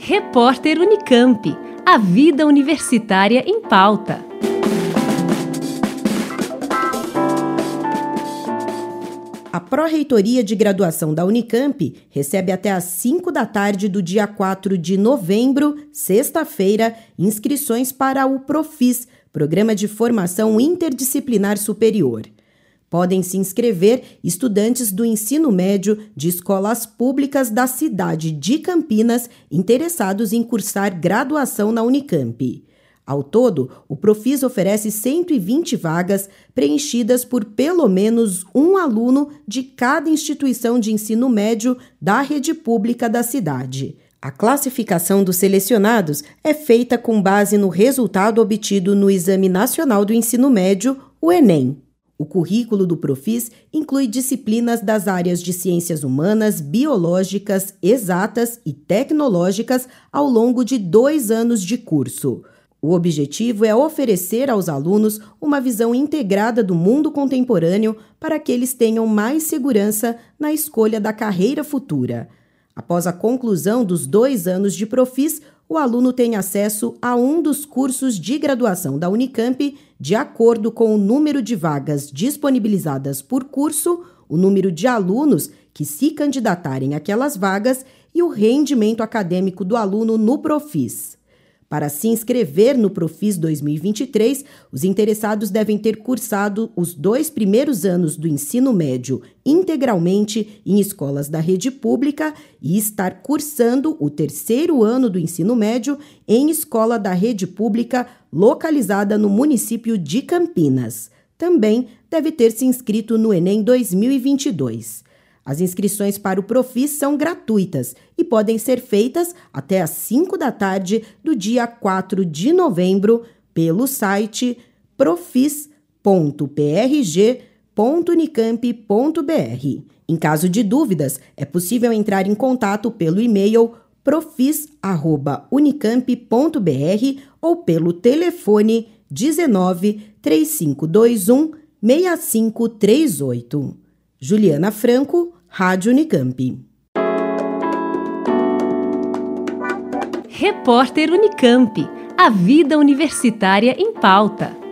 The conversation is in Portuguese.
Repórter Unicamp. A vida universitária em pauta. A Pró-Reitoria de Graduação da Unicamp recebe até às 5 da tarde do dia 4 de novembro, sexta-feira, inscrições para o PROFIS, Programa de Formação Interdisciplinar Superior. Podem se inscrever estudantes do ensino médio de escolas públicas da cidade de Campinas interessados em cursar graduação na Unicamp. Ao todo, o PROFIS oferece 120 vagas preenchidas por pelo menos um aluno de cada instituição de ensino médio da rede pública da cidade. A classificação dos selecionados é feita com base no resultado obtido no Exame Nacional do Ensino Médio, o Enem. O currículo do PROFIS inclui disciplinas das áreas de ciências humanas, biológicas, exatas e tecnológicas ao longo de 2 anos de curso. O objetivo é oferecer aos alunos uma visão integrada do mundo contemporâneo para que eles tenham mais segurança na escolha da carreira futura. Após a conclusão dos 2 anos de PROFIS, o aluno tem acesso a um dos cursos de graduação da Unicamp de acordo com o número de vagas disponibilizadas por curso, o número de alunos que se candidatarem àquelas vagas e o rendimento acadêmico do aluno no PROFIS. Para se inscrever no PROFIS 2023, os interessados devem ter cursado os 2 primeiros anos do ensino médio integralmente em escolas da rede pública e estar cursando o 3º ano do ensino médio em escola da rede pública localizada no município de Campinas. Também deve ter se inscrito no Enem 2022. As inscrições para o PROFIS são gratuitas e podem ser feitas até às 5 da tarde do dia 4 de novembro pelo site profis.prg.unicamp.br. Em caso de dúvidas, é possível entrar em contato pelo e-mail profis@unicamp.br ou pelo telefone 19 3521 6538. Juliana Franco, Rádio Unicamp. Repórter Unicamp. A vida universitária em pauta.